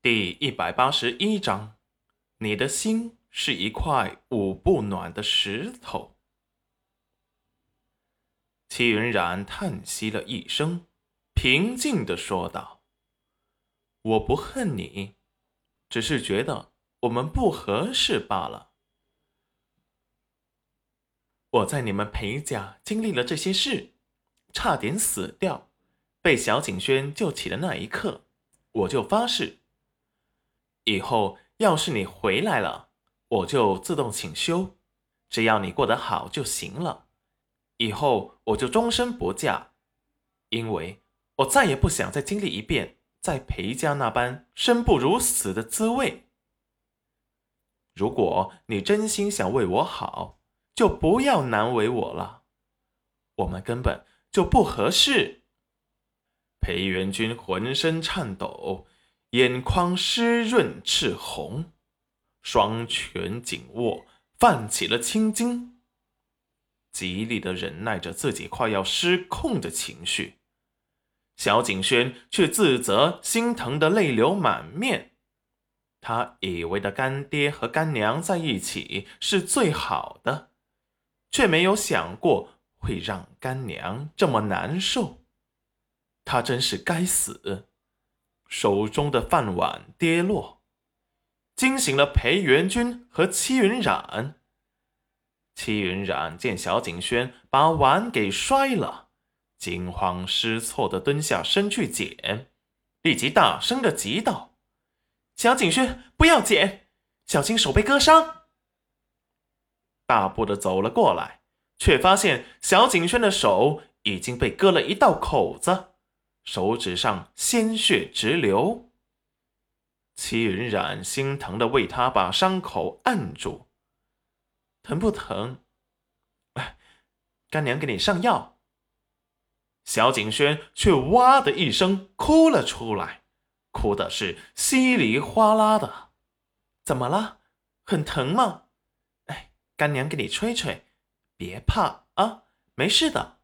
第181章，你的心是一块捂不暖的石头。戚云染叹息了一声，平静地说道：“我不恨你，只是觉得我们不合适罢了。我在你们裴家经历了这些事，差点死掉，被小景轩救起的那一刻，我就发誓，以后要是你回来了，我就自动请休，只要你过得好就行了。以后我就终身不嫁，因为我再也不想再经历一遍在裴家那般生不如死的滋味。如果你真心想为我好，就不要难为我了，我们根本就不合适。”裴元君浑身颤抖，眼眶湿润赤红，双拳紧握，泛起了青筋，极力地忍耐着自己快要失控的情绪。小景轩却自责心疼的泪流满面，他以为的干爹和干娘在一起是最好的，却没有想过会让干娘这么难受。他真是该死！手中的饭碗跌落，惊醒了裴元君和戚云染。戚云染见小景轩把碗给摔了，惊慌失措地蹲下身去捡，立即大声地急道：“小景轩，不要捡，小心手被割伤！”大步地走了过来，却发现小景轩的手已经被割了一道口子，手指上鲜血直流。戚云染心疼地为他把伤口按住。“疼不疼？干娘给你上药。”小景轩却哇的一声哭了出来，哭的是稀里哗啦的。“怎么了？很疼吗？干娘给你吹吹，别怕啊，没事的。”“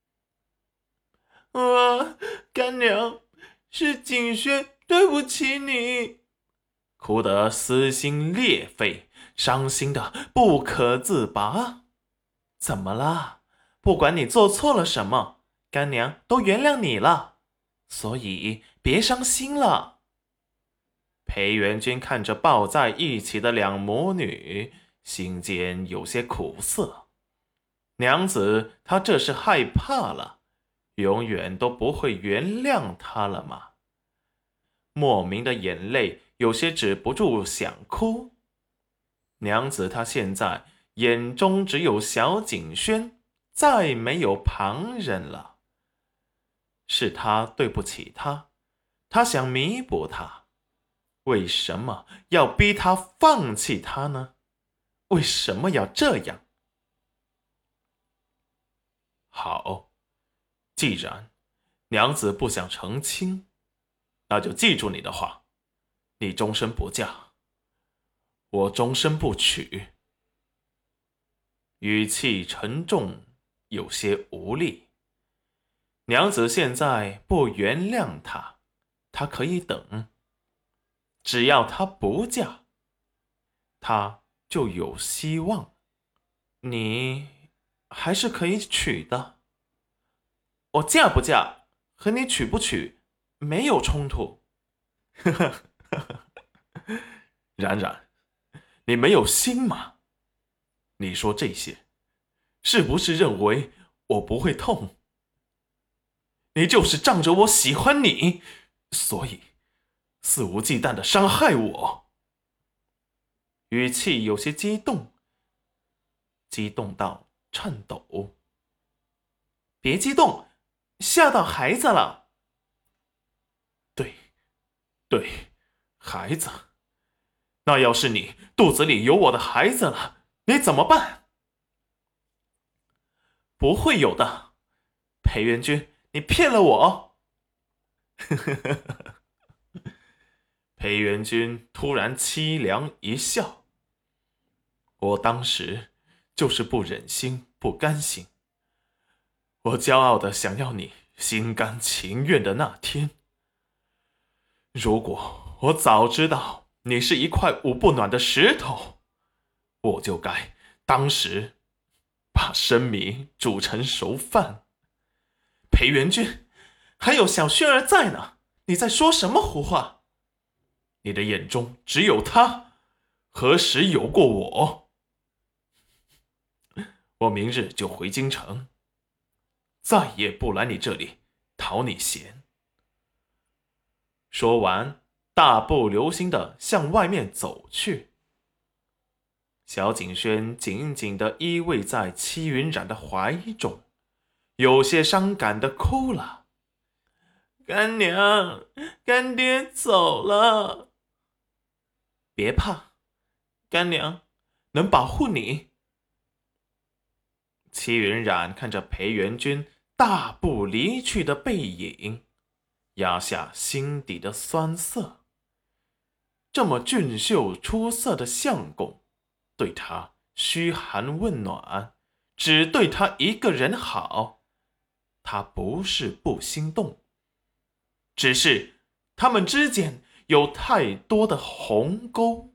干娘，是景轩对不起你。” 哭得撕心裂肺，伤心的不可自拔。“怎么了？不管你做错了什么，干娘都原谅你了，所以别伤心了。”裴元君看着抱在一起的两母女，心间有些苦涩。娘子她这是害怕了，永远都不会原谅她了吗？莫名的眼泪有些止不住想哭。娘子她现在眼中只有小景轩，再没有旁人了。是他对不起他，他想弥补他，为什么要逼他放弃他呢？为什么要这样？好，既然娘子不想成亲，那就记住你的话，你终身不嫁，我终身不娶。语气沉重，有些无力。娘子现在不原谅他，他可以等，只要他不嫁，他就有希望。你还是可以娶的。我嫁不嫁和你娶不娶没有冲突。冉冉，你没有心吗？你说这些，是不是认为我不会痛？你就是仗着我喜欢你，所以肆无忌惮地伤害我。语气有些激动，激动到颤抖。别激动，吓到孩子了。对，孩子。那要是你肚子里有我的孩子了，你怎么办？不会有的，裴元君，你骗了我。裴元君突然凄凉一笑。我当时就是不忍心，不甘心。我骄傲的想要你心甘情愿的那天，如果我早知道你是一块捂不暖的石头，我就该当时把生米煮成熟饭。 裴元君，还有小轩儿在呢，你在说什么胡话？ 你的眼中只有他，何时有过我？我明日就回京城，再也不来你这里讨你嫌。说完，大步流星地向外面走去。小景轩紧紧地依偎在戚云染的怀中，有些伤感地哭了。 干娘，干爹走了。 别怕，干娘能保护你。戚云染看着裴元君大步离去的背影，压下心底的酸涩。这么俊秀出色的相公，对他嘘寒问暖，只对他一个人好，他不是不心动，只是他们之间有太多的鸿沟。